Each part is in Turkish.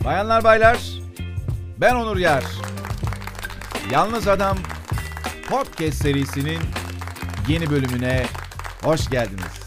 Bayanlar baylar, ben Onur Yer. Yalnız Adam Podcast serisinin yeni bölümüne hoş geldiniz.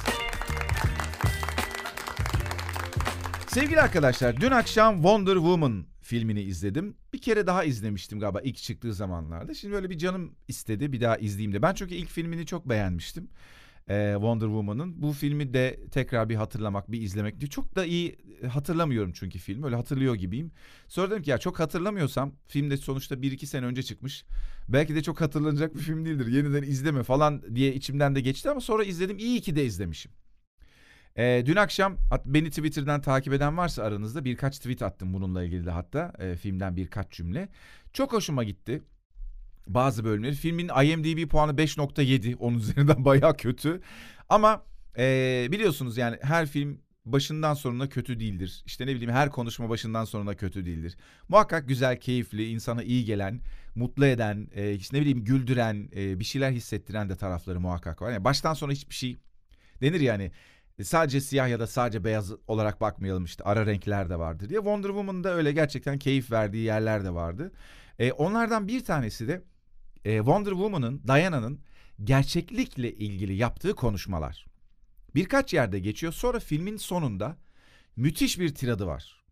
Sevgili arkadaşlar, dün akşam Wonder Woman filmini izledim. Bir kere daha izlemiştim galiba ilk çıktığı zamanlarda. Şimdi böyle bir canım istedi bir daha izleyeyim de. Ben çünkü ilk filmini çok beğenmiştim. Wonder Woman'ın. Bu filmi de tekrar bir hatırlamak, bir izlemek. Çok da iyi hatırlamıyorum çünkü filmi. Öyle hatırlıyor gibiyim. Sonra dedim ki ya çok hatırlamıyorsam, film de sonuçta 1-2 sene önce çıkmış. Belki de çok hatırlanacak bir film değildir. Yeniden izleme falan diye içimden de geçti ama sonra izledim. İyi ki de izlemişim. Dün akşam beni Twitter'dan takip eden varsa aranızda birkaç tweet attım bununla ilgili de hatta. Filmden birkaç cümle. Çok hoşuma gitti. Bazı bölümleri. Filmin IMDb puanı 5.7. Onun üzerinden bayağı kötü. Ama biliyorsunuz yani her film başından sonuna kötü değildir. İşte ne bileyim her konuşma başından sonuna kötü değildir. Muhakkak güzel, keyifli, insana iyi gelen, mutlu eden, işte ne bileyim güldüren, bir şeyler hissettiren de tarafları muhakkak var. Yani baştan sona hiçbir şey denir yani. Sadece siyah ya da sadece beyaz olarak bakmayalım, işte ara renkler de vardır diye. Wonder Woman'da öyle gerçekten keyif verdiği yerler de vardı. Onlardan bir tanesi de Wonder Woman'ın, Diana'nın gerçeklikle ilgili yaptığı konuşmalar. Birkaç yerde geçiyor, sonra filmin sonunda müthiş bir tiradı var.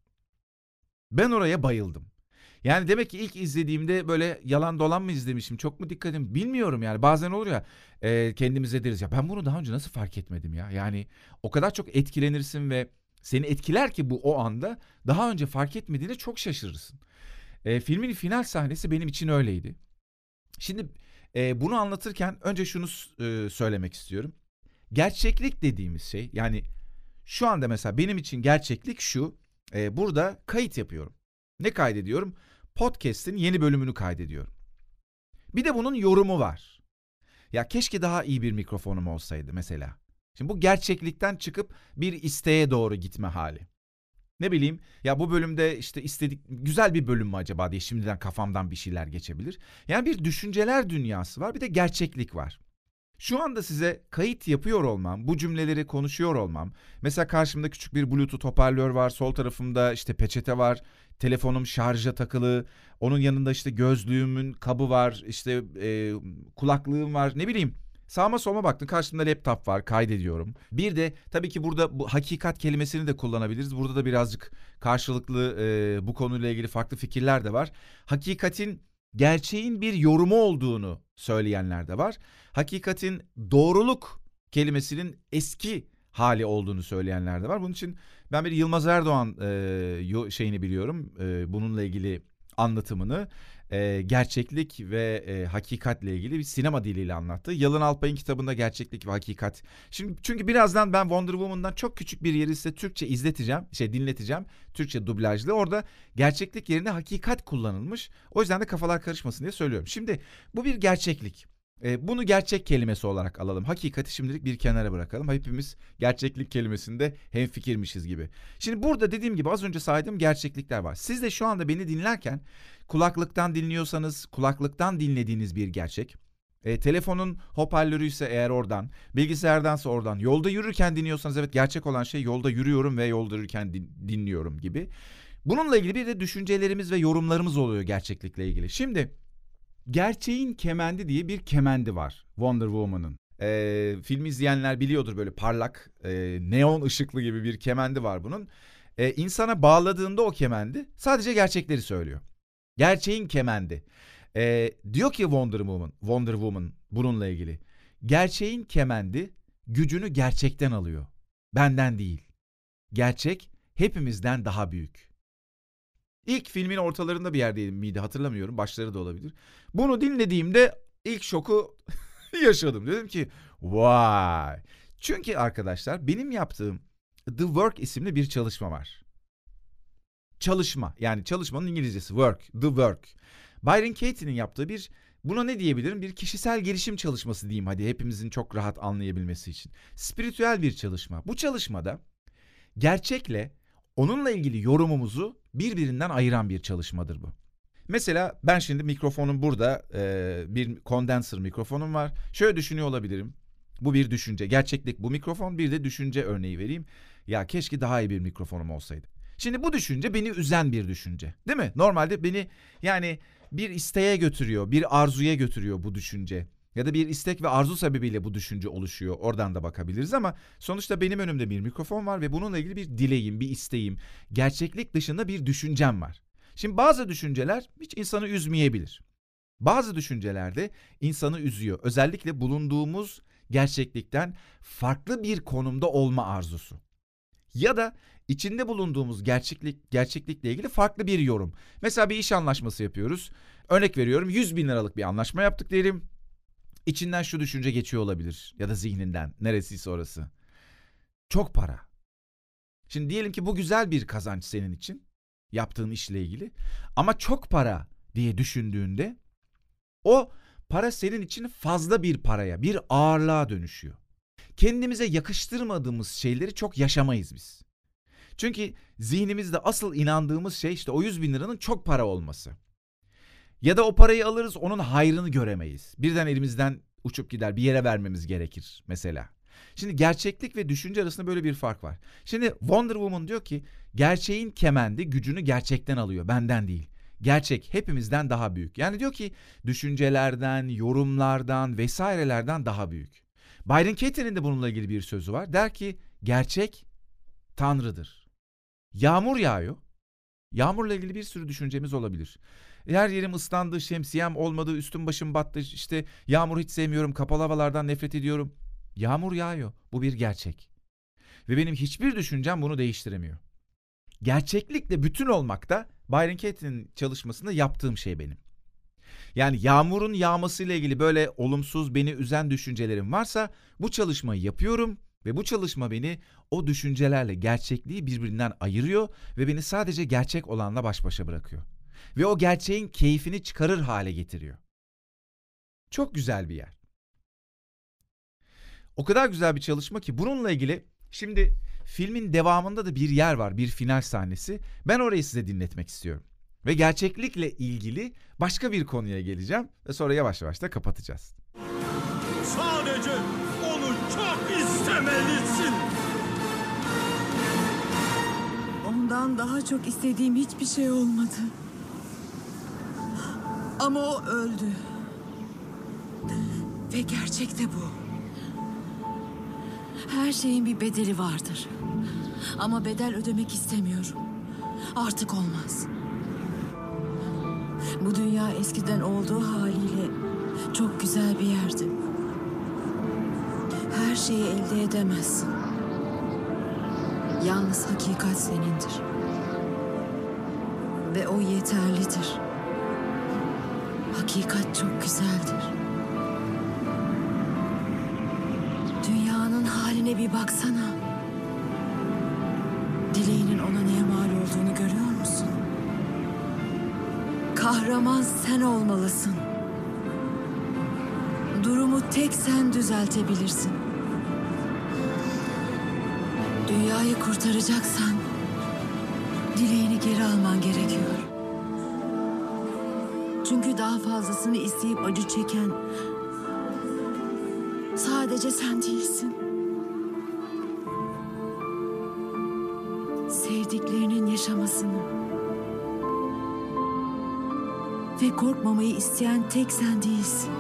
Ben oraya bayıldım. Yani demek ki ilk izlediğimde böyle yalan dolan mı izlemişim, çok mu dikkatim bilmiyorum yani. Bazen olur ya, kendimize deriz ya ben bunu daha önce nasıl fark etmedim ya. Yani o kadar çok etkilenirsin ve seni etkiler ki bu o anda daha önce fark etmediğine çok şaşırırsın. Filmin final sahnesi benim için öyleydi. Şimdi bunu anlatırken önce şunu söylemek istiyorum. Gerçeklik dediğimiz şey, yani şu anda mesela benim için gerçeklik şu. Burada kayıt yapıyorum. Ne kaydediyorum? Podcast'in yeni bölümünü kaydediyorum. Bir de bunun yorumu var. Ya keşke daha iyi bir mikrofonum olsaydı mesela. Şimdi bu gerçeklikten çıkıp bir isteğe doğru gitme hali. Ne bileyim ya, bu bölümde işte istedik güzel bir bölüm mü acaba diye şimdiden kafamdan bir şeyler geçebilir. Yani bir düşünceler dünyası var, bir de gerçeklik var. Şu anda size kayıt yapıyor olmam, bu cümleleri konuşuyor olmam. Mesela karşımda küçük bir Bluetooth hoparlör var, sol tarafımda işte peçete var, telefonum şarja takılı, onun yanında işte gözlüğümün kabı var, işte kulaklığım var, ne bileyim. Sağıma soluma baktım, karşımda laptop var, kaydediyorum. Bir de tabii ki burada bu hakikat kelimesini de kullanabiliriz. Burada da birazcık karşılıklı bu konuyla ilgili farklı fikirler de var. Hakikatin, gerçeğin bir yorumu olduğunu söyleyenler de var. Hakikatin doğruluk kelimesinin eski hali olduğunu söyleyenler de var. Bunun için ben bir Yılmaz Erdoğan şeyini biliyorum. Bununla ilgili anlatımını, gerçeklik ve hakikatle ilgili bir sinema diliyle anlattı. Yalın Alpay'ın kitabında Gerçeklik ve Hakikat. Şimdi çünkü birazdan ben Wonder Woman'dan çok küçük bir yeri size Türkçe dinleteceğim. Türkçe dublajlı. Orada gerçeklik yerine hakikat kullanılmış. O yüzden de kafalar karışmasın diye söylüyorum. Şimdi bu bir gerçeklik. Bunu gerçek kelimesi olarak alalım. Hakikati şimdilik bir kenara bırakalım. Hepimiz gerçeklik kelimesinde hemfikirmişiz gibi. Şimdi burada dediğim gibi az önce saydığım gerçeklikler var. Siz de şu anda beni dinlerken kulaklıktan dinliyorsanız kulaklıktan dinlediğiniz bir gerçek. Telefonun hoparlörü ise eğer oradan, bilgisayardansa oradan, yolda yürürken dinliyorsanız evet, gerçek olan şey yolda yürüyorum ve yolda yürürken dinliyorum gibi. Bununla ilgili bir de düşüncelerimiz ve yorumlarımız oluyor gerçeklikle ilgili. Şimdi Gerçeğin Kemendi diye bir kemendi var Wonder Woman'ın. Filmi izleyenler biliyordur, böyle parlak, neon ışıklı gibi bir kemendi var bunun. İnsana bağladığında o kemendi sadece gerçekleri söylüyor. Gerçeğin kemendi. Diyor ki Wonder Woman bununla ilgili. Gerçeğin kemendi gücünü gerçekten alıyor. Benden değil. Gerçek hepimizden daha büyük. İlk filmin ortalarında bir yerdeydim miydi hatırlamıyorum. Başları da olabilir. Bunu dinlediğimde ilk şoku yaşadım. Dedim ki vay. Çünkü arkadaşlar benim yaptığım The Work isimli bir çalışma var. Çalışma, yani çalışmanın İngilizcesi work, the work. Byron Katie'nin yaptığı buna ne diyebilirim? Bir kişisel gelişim çalışması diyeyim hadi, hepimizin çok rahat anlayabilmesi için. Spiritüel bir çalışma. Bu çalışmada gerçekle onunla ilgili yorumumuzu birbirinden ayıran bir çalışmadır bu. Mesela ben şimdi mikrofonum burada, bir kondenser mikrofonum var. Şöyle düşünüyor olabilirim. Bu bir düşünce. Gerçeklik bu mikrofon, bir de düşünce örneği vereyim. Ya keşke daha iyi bir mikrofonum olsaydı. Şimdi bu düşünce beni üzen bir düşünce, değil mi? Normalde beni yani bir isteğe götürüyor, bir arzuya götürüyor bu düşünce. Ya da bir istek ve arzu sebebiyle bu düşünce oluşuyor. Oradan da bakabiliriz ama sonuçta benim önümde bir mikrofon var ve bununla ilgili bir dileğim, bir isteğim, gerçeklik dışında bir düşüncem var. Şimdi bazı düşünceler hiç insanı üzmeyebilir. Bazı düşünceler de insanı üzüyor. Özellikle bulunduğumuz gerçeklikten farklı bir konumda olma arzusu. Ya da içinde bulunduğumuz gerçeklikle ilgili farklı bir yorum. Mesela bir iş anlaşması yapıyoruz. Örnek veriyorum, 100 bin liralık bir anlaşma yaptık diyelim. İçinden şu düşünce geçiyor olabilir ya da zihninden, neresiyse orası. Çok para. Şimdi diyelim ki bu güzel bir kazanç senin için, yaptığın işle ilgili. Ama çok para diye düşündüğünde o para senin için fazla bir paraya, bir ağırlığa dönüşüyor. Kendimize yakıştırmadığımız şeyleri çok yaşamayız biz. Çünkü zihnimizde asıl inandığımız şey işte o 100 bin liranın çok para olması. Ya da o parayı alırız, onun hayrını göremeyiz. Birden elimizden uçup gider, bir yere vermemiz gerekir mesela. Şimdi gerçeklik ve düşünce arasında böyle bir fark var. Şimdi Wonder Woman diyor ki gerçeğin kemendi gücünü gerçekten alıyor, benden değil. Gerçek hepimizden daha büyük. Yani diyor ki düşüncelerden, yorumlardan vesairelerden daha büyük. Byron Katie'nin de bununla ilgili bir sözü var. Der ki gerçek Tanrı'dır. Yağmur yağıyor. Yağmurla ilgili bir sürü düşüncemiz olabilir. Her yerim ıslandı, şemsiyem olmadı, üstüm başım battı, işte yağmur hiç sevmiyorum, kapalı havalardan nefret ediyorum. Yağmur yağıyor. Bu bir gerçek. Ve benim hiçbir düşüncem bunu değiştiremiyor. Gerçeklikle bütün olmak da Byron Katie'nin çalışmasında yaptığım şey benim. Yani yağmurun yağmasıyla ilgili böyle olumsuz, beni üzen düşüncelerim varsa bu çalışmayı yapıyorum ve bu çalışma beni o düşüncelerle gerçekliği birbirinden ayırıyor ve beni sadece gerçek olanla baş başa bırakıyor. Ve o gerçeğin keyfini çıkarır hale getiriyor. Çok güzel bir yer. O kadar güzel bir çalışma ki bununla ilgili şimdi filmin devamında da bir yer var, bir final sahnesi. Ben orayı size dinletmek istiyorum. Ve gerçeklikle ilgili başka bir konuya geleceğim ve sonra yavaş yavaş da kapatacağız. Sadece onu çok istemelisin. Ondan daha çok istediğim hiçbir şey olmadı. Ama o öldü. Ve gerçek de bu. Her şeyin bir bedeli vardır. Ama bedel ödemek istemiyorum. Artık olmaz. Bu dünya eskiden olduğu haliyle çok güzel bir yerdi. Her şeyi elde edemezsin. Yalnız hakikat senindir. Ve o yeterlidir. Hakikat çok güzeldir. Dünyanın haline bir baksana. Dileğinin ona neye mal olduğunu görüyor musun? Kahraman sen olmalısın. Durumu tek sen düzeltebilirsin. Dünyayı kurtaracaksan dileğini geri alman gerekiyor. Çünkü daha fazlasını isteyip acı çeken sadece sen değilsin. Sevdiklerinin yaşamasını ve korkmamayı isteyen tek sen değilsin.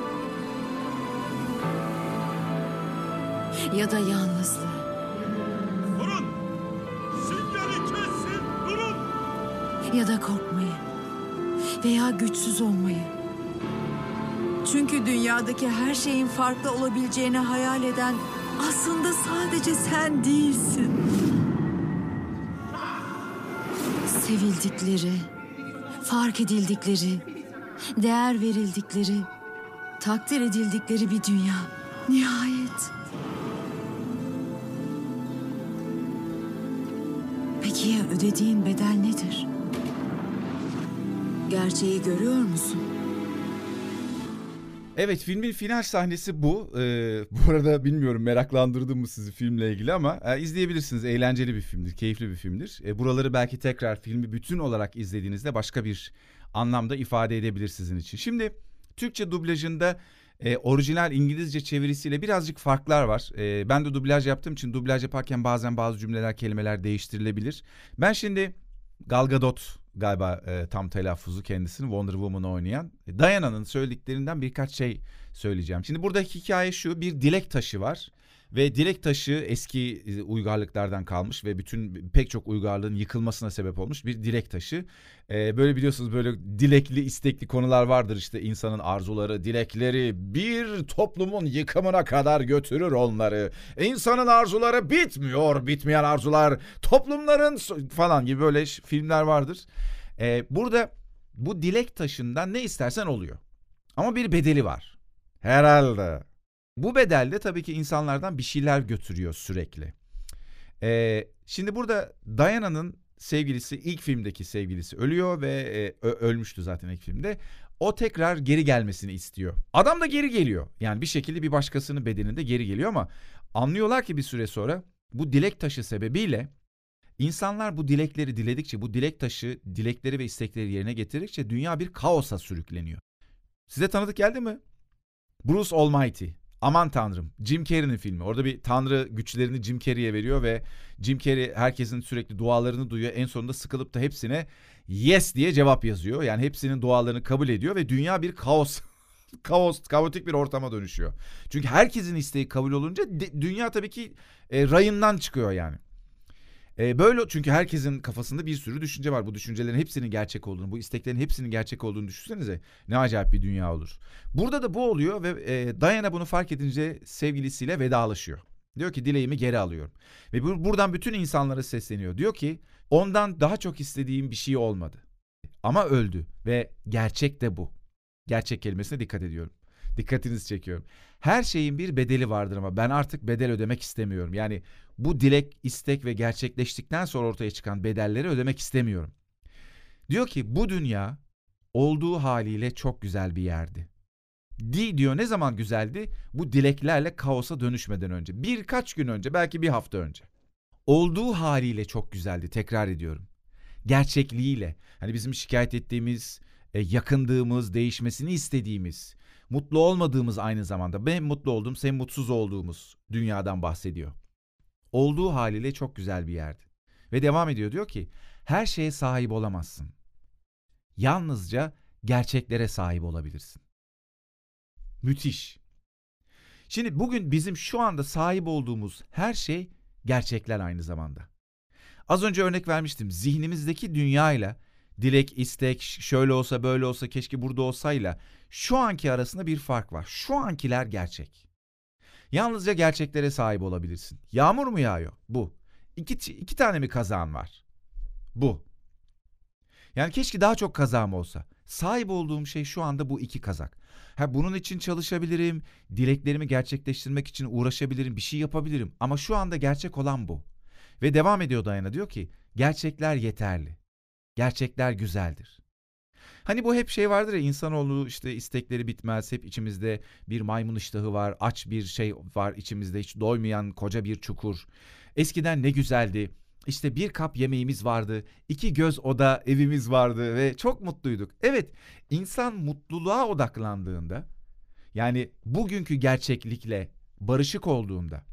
Ya da yalnızlığı. Durun! Sinyali kesin! Durun! Ya da korkmayı veya güçsüz olmayı. Çünkü dünyadaki her şeyin farklı olabileceğini hayal eden aslında sadece sen değilsin. Sevildikleri, fark edildikleri, değer verildikleri, takdir edildikleri bir dünya. Nihayet. Peki ya ödediğin bedel nedir? Gerçeği görüyor musun? Evet, filmin final sahnesi bu. Bu arada bilmiyorum meraklandırdım mı sizi filmle ilgili ama izleyebilirsiniz. Eğlenceli bir filmdir, keyifli bir filmdir. Buraları belki tekrar filmi bütün olarak izlediğinizde başka bir anlamda ifade edebilir sizin için. Şimdi Türkçe dublajında Orijinal İngilizce çevirisiyle birazcık farklar var. Ben de dublaj yaptığım için dublaj yaparken bazen bazı cümleler, kelimeler değiştirilebilir. Ben şimdi Gal Gadot galiba tam telaffuzu kendisini, Wonder Woman'ı oynayan Diana'nın söylediklerinden birkaç şey söyleyeceğim. Şimdi buradaki hikaye şu: bir dilek taşı var. Ve dilek taşı eski uygarlıklardan kalmış ve pek çok uygarlığın yıkılmasına sebep olmuş bir dilek taşı. Böyle biliyorsunuz, böyle dilekli, istekli konular vardır, işte insanın arzuları, dilekleri bir toplumun yıkımına kadar götürür onları. İnsanın arzuları bitmiyor, bitmeyen arzular toplumların falan gibi böyle filmler vardır. Burada bu dilek taşından ne istersen oluyor. Ama bir bedeli var. Herhalde. Bu bedel de tabii ki insanlardan bir şeyler götürüyor sürekli. Şimdi burada Diana'nın sevgilisi, ilk filmdeki sevgilisi ölüyor ve ölmüştü zaten ilk filmde. O tekrar geri gelmesini istiyor. Adam da geri geliyor. Yani bir şekilde bir başkasının bedeninde geri geliyor ama anlıyorlar ki bir süre sonra bu dilek taşı sebebiyle insanlar bu dilekleri diledikçe, bu dilek taşı dilekleri ve istekleri yerine getirdikçe dünya bir kaosa sürükleniyor. Size tanıdık geldi mi? Bruce Almighty. Aman Tanrım. Jim Carrey'nin filmi. Orada bir tanrı güçlerini Jim Carrey'e veriyor ve Jim Carrey herkesin sürekli dualarını duyuyor. En sonunda sıkılıp da hepsine yes diye cevap yazıyor. Yani hepsinin dualarını kabul ediyor ve dünya bir kaotik bir ortama dönüşüyor. Çünkü herkesin isteği kabul olunca dünya tabii ki rayından çıkıyor yani. Böyle, çünkü herkesin kafasında bir sürü düşünce var. Bu düşüncelerin hepsinin gerçek olduğunu, bu isteklerin hepsinin gerçek olduğunu düşünsenize. Ne acayip bir dünya olur. Burada da bu oluyor ve Diana bunu fark edince sevgilisiyle vedalaşıyor. Diyor ki dileğimi geri alıyorum. Ve buradan bütün insanlara sesleniyor. Diyor ki ondan daha çok istediğim bir şey olmadı. Ama öldü ve gerçek de bu. Gerçek kelimesine dikkat ediyorum. Dikkatinizi çekiyorum. Her şeyin bir bedeli vardır ama ben artık bedel ödemek istemiyorum. Yani bu dilek, istek ve gerçekleştikten sonra ortaya çıkan bedelleri ödemek istemiyorum. Diyor ki bu dünya olduğu haliyle çok güzel bir yerdi. Diyor, ne zaman güzeldi? Bu dileklerle kaosa dönüşmeden önce. Birkaç gün önce, belki bir hafta önce. Olduğu haliyle çok güzeldi, tekrar ediyorum. Gerçekliğiyle, hani bizim şikayet ettiğimiz, yakındığımız, değişmesini istediğimiz, mutlu olmadığımız, aynı zamanda ben mutlu olduğum, sen mutsuz olduğumuz dünyadan bahsediyor. Olduğu haliyle çok güzel bir yerdi. Ve devam ediyor, diyor ki her şeye sahip olamazsın. Yalnızca gerçeklere sahip olabilirsin. Müthiş. Şimdi bugün bizim şu anda sahip olduğumuz her şey gerçekler aynı zamanda. Az önce örnek vermiştim. Zihnimizdeki dünyayla dilek, istek, şöyle olsa böyle olsa keşke burada olsayla şu anki arasında bir fark var. Şu ankiler gerçek. Yalnızca gerçeklere sahip olabilirsin. Yağmur mu yağıyor? Bu. İki tane mi kazağın var? Bu. Yani keşke daha çok kazağım olsa. Sahip olduğum şey şu anda bu 2 kazak. Bunun için çalışabilirim, dileklerimi gerçekleştirmek için uğraşabilirim, bir şey yapabilirim. Ama şu anda gerçek olan bu. Ve devam ediyor Diana, diyor ki gerçekler yeterli. Gerçekler güzeldir. Hani bu hep şey vardır ya, insanoğlu işte istekleri bitmez, hep içimizde bir maymun iştahı var, aç bir şey var içimizde, hiç doymayan koca bir çukur. Eskiden ne güzeldi, işte bir kap yemeğimiz vardı, 2 göz oda evimiz vardı ve çok mutluyduk. Evet, insan mutluluğa odaklandığında, yani bugünkü gerçeklikle barışık olduğunda,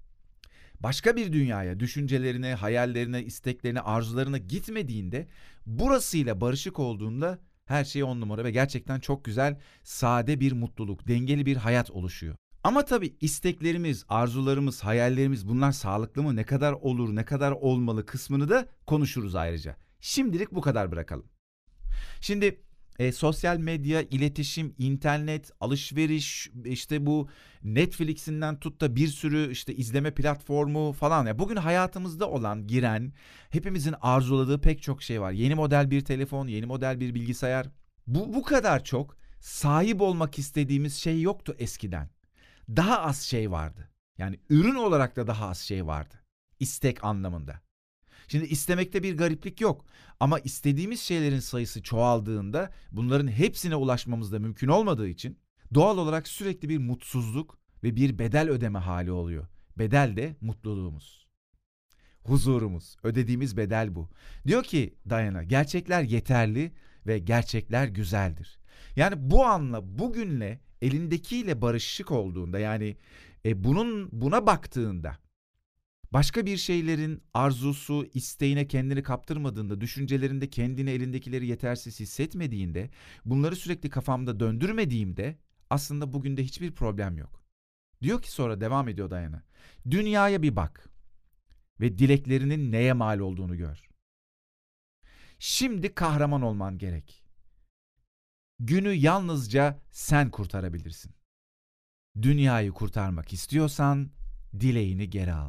başka bir dünyaya, düşüncelerine, hayallerine, isteklerine, arzularına gitmediğinde, burasıyla barışık olduğunda her şey 10 numara ve gerçekten çok güzel, sade bir mutluluk, dengeli bir hayat oluşuyor. Ama tabii isteklerimiz, arzularımız, hayallerimiz, bunlar sağlıklı mı, ne kadar olur, ne kadar olmalı kısmını da konuşuruz ayrıca. Şimdilik bu kadar bırakalım. Şimdi sosyal medya, iletişim, internet, alışveriş, işte bu Netflix'inden tut da bir sürü işte izleme platformu falan. Ya bugün hayatımızda olan, giren, hepimizin arzuladığı pek çok şey var. Yeni model bir telefon, yeni model bir bilgisayar. Bu kadar çok sahip olmak istediğimiz şey yoktu eskiden. Daha az şey vardı. Yani ürün olarak da daha az şey vardı. İstek anlamında. Şimdi istemekte bir gariplik yok. Ama istediğimiz şeylerin sayısı çoğaldığında bunların hepsine ulaşmamız da mümkün olmadığı için doğal olarak sürekli bir mutsuzluk ve bir bedel ödeme hali oluyor. Bedel de mutluluğumuz. Huzurumuz. Ödediğimiz bedel bu. Diyor ki Diana, gerçekler yeterli ve gerçekler güzeldir. Yani bu anla, bugünle elindekiyle barışık olduğunda, yani buna baktığında, başka bir şeylerin arzusu, isteğine kendini kaptırmadığında, düşüncelerinde kendini, elindekileri yetersiz hissetmediğinde, bunları sürekli kafamda döndürmediğimde aslında bugün de hiçbir problem yok. Diyor ki sonra, devam ediyor Diana. Dünyaya bir bak ve dileklerinin neye mal olduğunu gör. Şimdi kahraman olman gerek. Günü yalnızca sen kurtarabilirsin. Dünyayı kurtarmak istiyorsan dileğini geri al.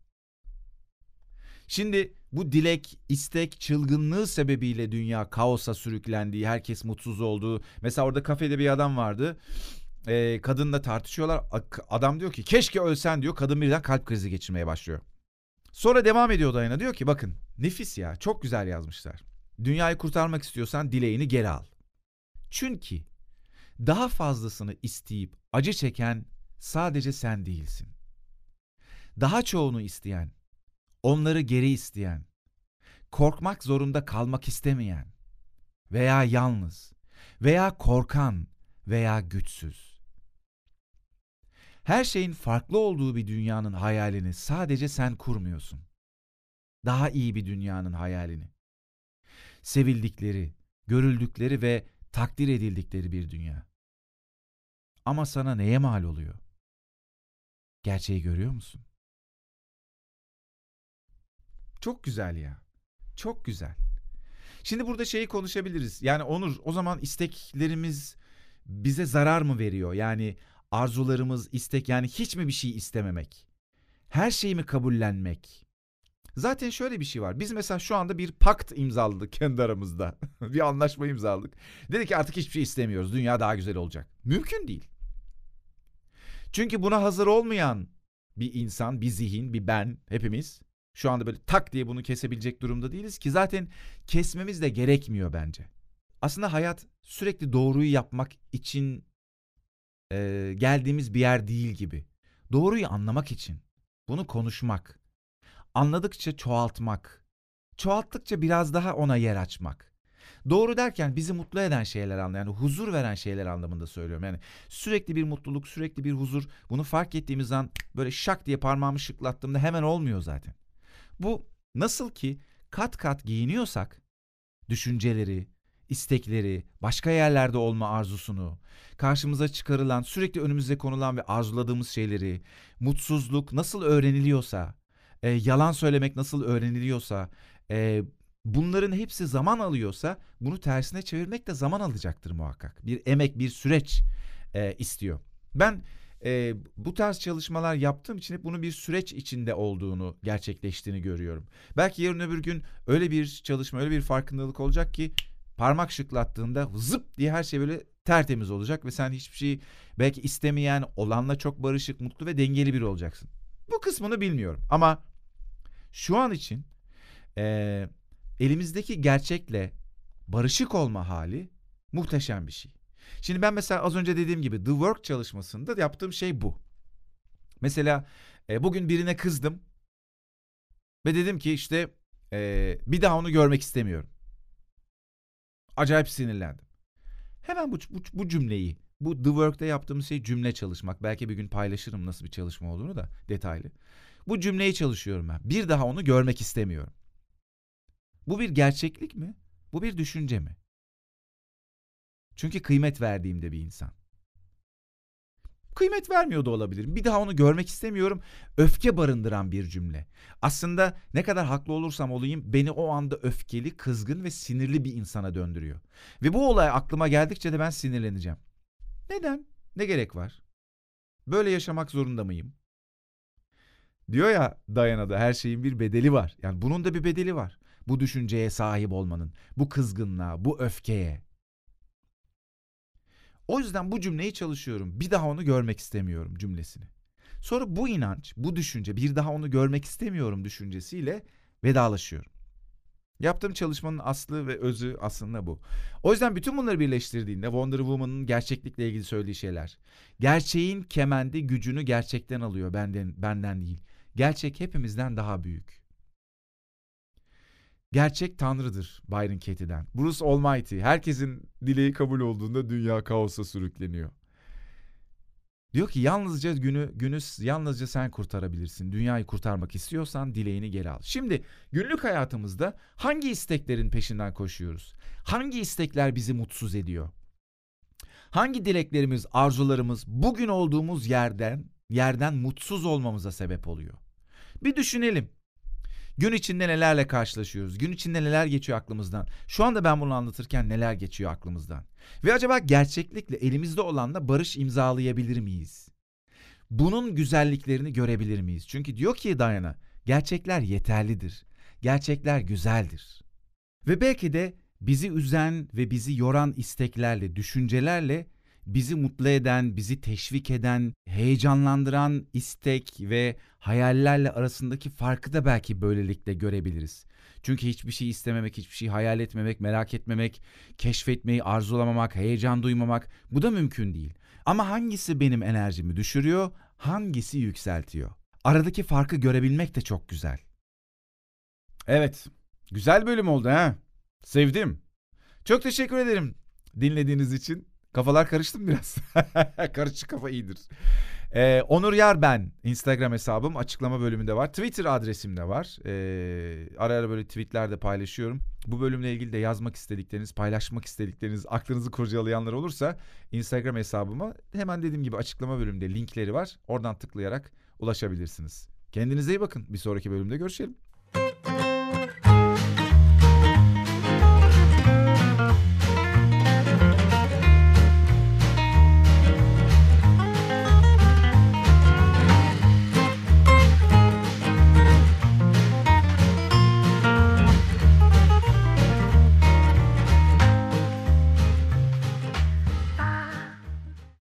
Şimdi bu dilek, istek, çılgınlığı sebebiyle dünya kaosa sürüklendiği, herkes mutsuz olduğu. Mesela orada kafede bir adam vardı. Kadınla tartışıyorlar. Adam diyor ki keşke ölsen diyor. Kadın birden kalp krizi geçirmeye başlıyor. Sonra devam ediyor Diana, diyor ki bakın nefis ya, çok güzel yazmışlar. Dünyayı kurtarmak istiyorsan dileğini geri al. Çünkü daha fazlasını isteyip acı çeken sadece sen değilsin. Daha çoğunu isteyen, onları geri isteyen, korkmak zorunda kalmak istemeyen veya yalnız veya korkan veya güçsüz. Her şeyin farklı olduğu bir dünyanın hayalini sadece sen kurmuyorsun. Daha iyi bir dünyanın hayalini. Sevildikleri, görüldükleri ve takdir edildikleri bir dünya. Ama sana neye mal oluyor? Gerçeği görüyor musun? Çok güzel ya. Çok güzel. Şimdi burada şeyi konuşabiliriz. Yani Onur, o zaman isteklerimiz bize zarar mı veriyor? Yani arzularımız, istek, yani hiç mi bir şey istememek? Her şeyi mi kabullenmek? Zaten şöyle bir şey var. Biz mesela şu anda bir pakt imzaladık kendi aramızda. Bir anlaşma imzaladık. Dedik ki artık hiçbir şey istemiyoruz. Dünya daha güzel olacak. Mümkün değil. Çünkü buna hazır olmayan bir insan, bir zihin, bir ben, hepimiz şu anda böyle tak diye bunu kesebilecek durumda değiliz ki zaten kesmemiz de gerekmiyor bence. Aslında hayat sürekli doğruyu yapmak için geldiğimiz bir yer değil gibi. Doğruyu anlamak için. Bunu konuşmak. Anladıkça çoğaltmak. Çoğalttıkça biraz daha ona yer açmak. Doğru derken bizi mutlu eden şeyler anlamında, yani huzur veren şeyler anlamında söylüyorum. Yani sürekli bir mutluluk, sürekli bir huzur, bunu fark ettiğimiz an böyle şak diye parmağımı şıklattığımda hemen olmuyor zaten. Bu nasıl ki kat kat giyiniyorsak düşünceleri, istekleri, başka yerlerde olma arzusunu, karşımıza çıkarılan, sürekli önümüze konulan ve arzuladığımız şeyleri, mutsuzluk nasıl öğreniliyorsa, yalan söylemek nasıl öğreniliyorsa, bunların hepsi zaman alıyorsa bunu tersine çevirmek de zaman alacaktır muhakkak. Bir emek, bir süreç istiyor. Ben bu tarz çalışmalar yaptığım için hep bunun bir süreç içinde olduğunu, gerçekleştiğini görüyorum. Belki yarın öbür gün öyle bir çalışma, öyle bir farkındalık olacak ki parmak şıklattığında zıp diye her şey böyle tertemiz olacak ve sen hiçbir şey belki istemeyen, olanla çok barışık, mutlu ve dengeli biri olacaksın. Bu kısmını bilmiyorum ama şu an için elimizdeki gerçekle barışık olma hali muhteşem bir şey. Şimdi ben mesela az önce dediğim gibi The Work çalışmasında yaptığım şey bu. Mesela bugün birine kızdım ve dedim ki işte bir daha onu görmek istemiyorum. Acayip sinirlendim. Hemen bu cümleyi, bu The Work'te yaptığımız şey cümle çalışmak. Belki bir gün paylaşırım nasıl bir çalışma olduğunu da detaylı. Bu cümleyi çalışıyorum ben. Bir daha onu görmek istemiyorum. Bu bir gerçeklik mi? Bu bir düşünce mi? Çünkü kıymet verdiğimde bir insan. Kıymet vermiyor da olabilirim. Bir daha onu görmek istemiyorum. Öfke barındıran bir cümle. Aslında ne kadar haklı olursam olayım beni o anda öfkeli, kızgın ve sinirli bir insana döndürüyor. Ve bu olay aklıma geldikçe de ben sinirleneceğim. Neden? Ne gerek var? Böyle yaşamak zorunda mıyım? Diyor ya Diana'da, her şeyin bir bedeli var. Yani bunun da bir bedeli var. Bu düşünceye sahip olmanın, bu kızgınlığa, bu öfkeye. O yüzden bu cümleyi çalışıyorum. Bir daha onu görmek istemiyorum cümlesini. Sonra bu inanç, bu düşünce, bir daha onu görmek istemiyorum düşüncesiyle vedalaşıyorum. Yaptığım çalışmanın aslı ve özü aslında bu. O yüzden bütün bunları birleştirdiğinde Wonder Woman'ın gerçeklikle ilgili söylediği şeyler. Gerçeğin kemendi gücünü gerçekten alıyor, benden değil. Gerçek hepimizden daha büyük. Gerçek Tanrı'dır Byron Katie'den. Bruce Almighty. Herkesin dileği kabul olduğunda dünya kaosa sürükleniyor. Diyor ki yalnızca günü yalnızca sen kurtarabilirsin. Dünyayı kurtarmak istiyorsan dileğini geri al. Şimdi günlük hayatımızda hangi isteklerin peşinden koşuyoruz? Hangi istekler bizi mutsuz ediyor? Hangi dileklerimiz, arzularımız bugün olduğumuz yerden mutsuz olmamıza sebep oluyor? Bir düşünelim. Gün içinde nelerle karşılaşıyoruz? Gün içinde neler geçiyor aklımızdan? Şu anda ben bunu anlatırken neler geçiyor aklımızdan? Ve acaba gerçeklikle elimizde olanla barış imzalayabilir miyiz? Bunun güzelliklerini görebilir miyiz? Çünkü diyor ki Diana, gerçekler yeterlidir. Gerçekler güzeldir. Ve belki de bizi üzen ve bizi yoran isteklerle, düşüncelerle bizi mutlu eden, bizi teşvik eden, heyecanlandıran istek ve hayallerle arasındaki farkı da belki böylelikle görebiliriz. Çünkü hiçbir şey istememek, hiçbir şey hayal etmemek, merak etmemek, keşfetmeyi arzulamamak, heyecan duymamak, bu da mümkün değil. Ama hangisi benim enerjimi düşürüyor, hangisi yükseltiyor? Aradaki farkı görebilmek de çok güzel. Evet, güzel bölüm oldu ha. Sevdim. Çok teşekkür ederim dinlediğiniz için. Kafalar karıştı mı biraz? Karışık kafa iyidir. Onur Yar ben. Instagram hesabım açıklama bölümünde var. Twitter adresim de var. Ara ara böyle tweetler de paylaşıyorum. Bu bölümle ilgili de yazmak istedikleriniz, paylaşmak istedikleriniz, aklınızı kurcalayanlar olursa Instagram hesabıma hemen dediğim gibi açıklama bölümünde linkleri var. Oradan tıklayarak ulaşabilirsiniz. Kendinize iyi bakın. Bir sonraki bölümde görüşelim.